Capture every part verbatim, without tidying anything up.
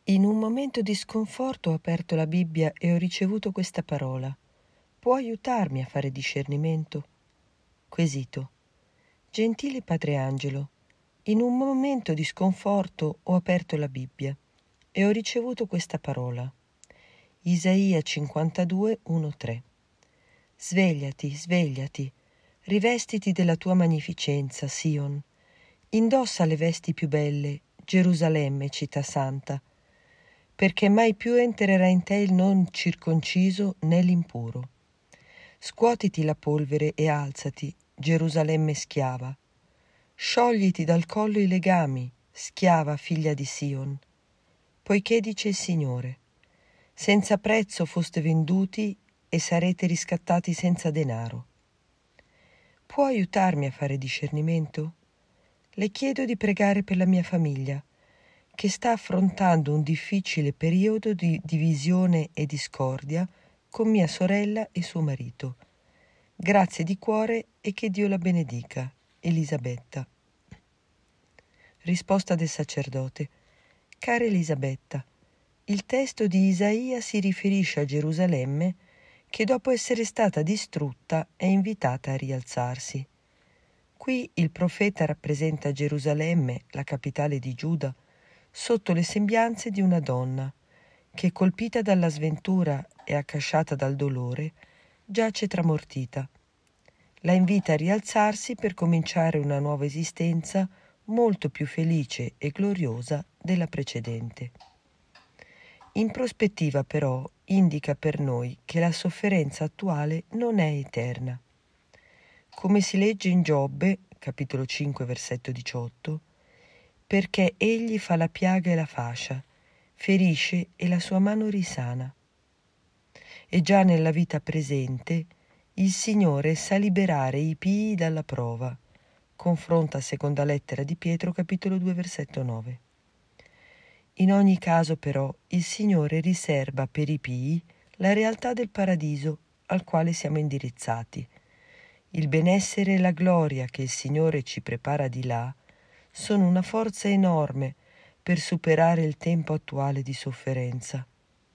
In un momento di sconforto ho aperto la Bibbia e ho ricevuto questa parola. Può aiutarmi a fare discernimento? Quesito. Gentile Padre Angelo, in un momento di sconforto ho aperto la Bibbia e ho ricevuto questa parola. Isaia cinquantadue, uno tre. Svegliati, svegliati, rivestiti della tua magnificenza, Sion. Indossa le vesti più belle, Gerusalemme, città santa, perché mai più entrerà in te il non circonciso né l'impuro. Scuotiti la polvere e alzati, Gerusalemme schiava. Sciogliti dal collo i legami, schiava figlia di Sion. Poiché dice il Signore, senza prezzo foste venduti e sarete riscattati senza denaro. Può aiutarmi a fare discernimento? Le chiedo di pregare per la mia famiglia, che sta affrontando un difficile periodo di divisione e discordia con mia sorella e suo marito. Grazie di cuore e che Dio la benedica. Elisabetta. Risposta del sacerdote. Cara Elisabetta, il testo di Isaia si riferisce a Gerusalemme che dopo essere stata distrutta è invitata a rialzarsi. Qui il profeta rappresenta Gerusalemme, la capitale di Giuda, sotto le sembianze di una donna che, colpita dalla sventura e accasciata dal dolore, giace tramortita. La invita a rialzarsi per cominciare una nuova esistenza molto più felice e gloriosa della precedente. In prospettiva, però, indica per noi che la sofferenza attuale non è eterna. Come si legge in Giobbe, capitolo cinque, versetto diciotto, perché egli fa la piaga e la fascia, ferisce e la sua mano risana. E già nella vita presente il Signore sa liberare i pii dalla prova. Confronta seconda lettera di Pietro, capitolo due, versetto nove. In ogni caso, però, il Signore riserva per i pii la realtà del paradiso al quale siamo indirizzati. Il benessere e la gloria che il Signore ci prepara di là sono una forza enorme per superare il tempo attuale di sofferenza.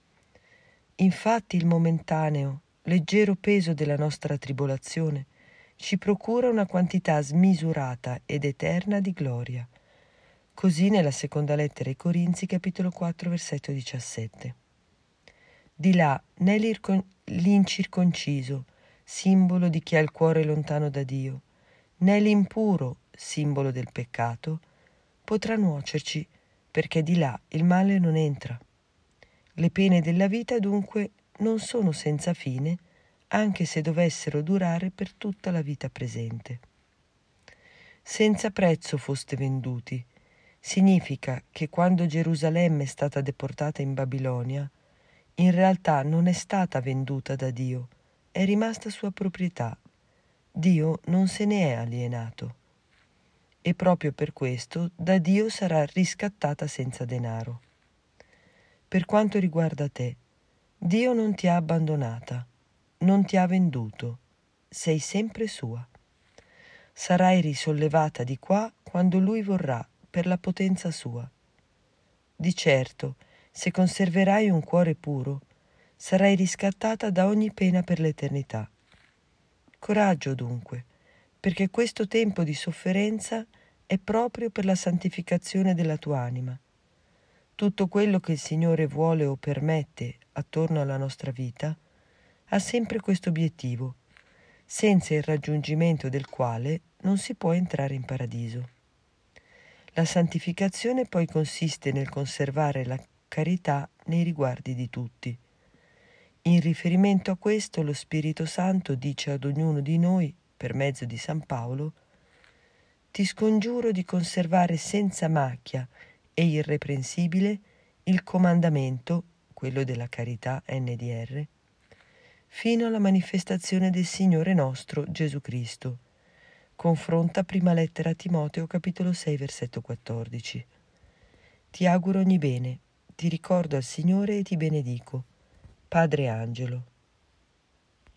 Infatti il momentaneo, leggero peso della nostra tribolazione ci procura una quantità smisurata ed eterna di gloria. Così nella seconda lettera ai Corinzi, capitolo quattro, versetto diciassette. Di là né l'incirconciso, simbolo di chi ha il cuore lontano da Dio, né l'impuro, simbolo del peccato, potrà nuocerci, perché di là il male non entra. Le pene della vita dunque non sono senza fine, anche se dovessero durare per tutta la vita presente. Senza prezzo foste venduti, significa che quando Gerusalemme è stata deportata in Babilonia, in realtà non è stata venduta da Dio, è rimasta sua proprietà. Dio non se ne è alienato. E proprio per questo da Dio sarà riscattata senza denaro. Per quanto riguarda te, Dio non ti ha abbandonata, non ti ha venduto, sei sempre sua. Sarai risollevata di qua quando Lui vorrà, per la potenza sua. Di certo, se conserverai un cuore puro, sarai riscattata da ogni pena per l'eternità. Coraggio dunque, perché questo tempo di sofferenza è proprio per la santificazione della tua anima. Tutto quello che il Signore vuole o permette attorno alla nostra vita ha sempre questo obiettivo, senza il raggiungimento del quale non si può entrare in paradiso. La santificazione poi consiste nel conservare la carità nei riguardi di tutti. In riferimento a questo, lo Spirito Santo dice ad ognuno di noi, per mezzo di San Paolo, «Ti scongiuro di conservare senza macchia e irreprensibile il comandamento, quello della carità N D R, fino alla manifestazione del Signore nostro Gesù Cristo». Confronta prima lettera a Timoteo, capitolo sei, versetto quattordici. Ti auguro ogni bene, ti ricordo al Signore e ti benedico. Padre Angelo.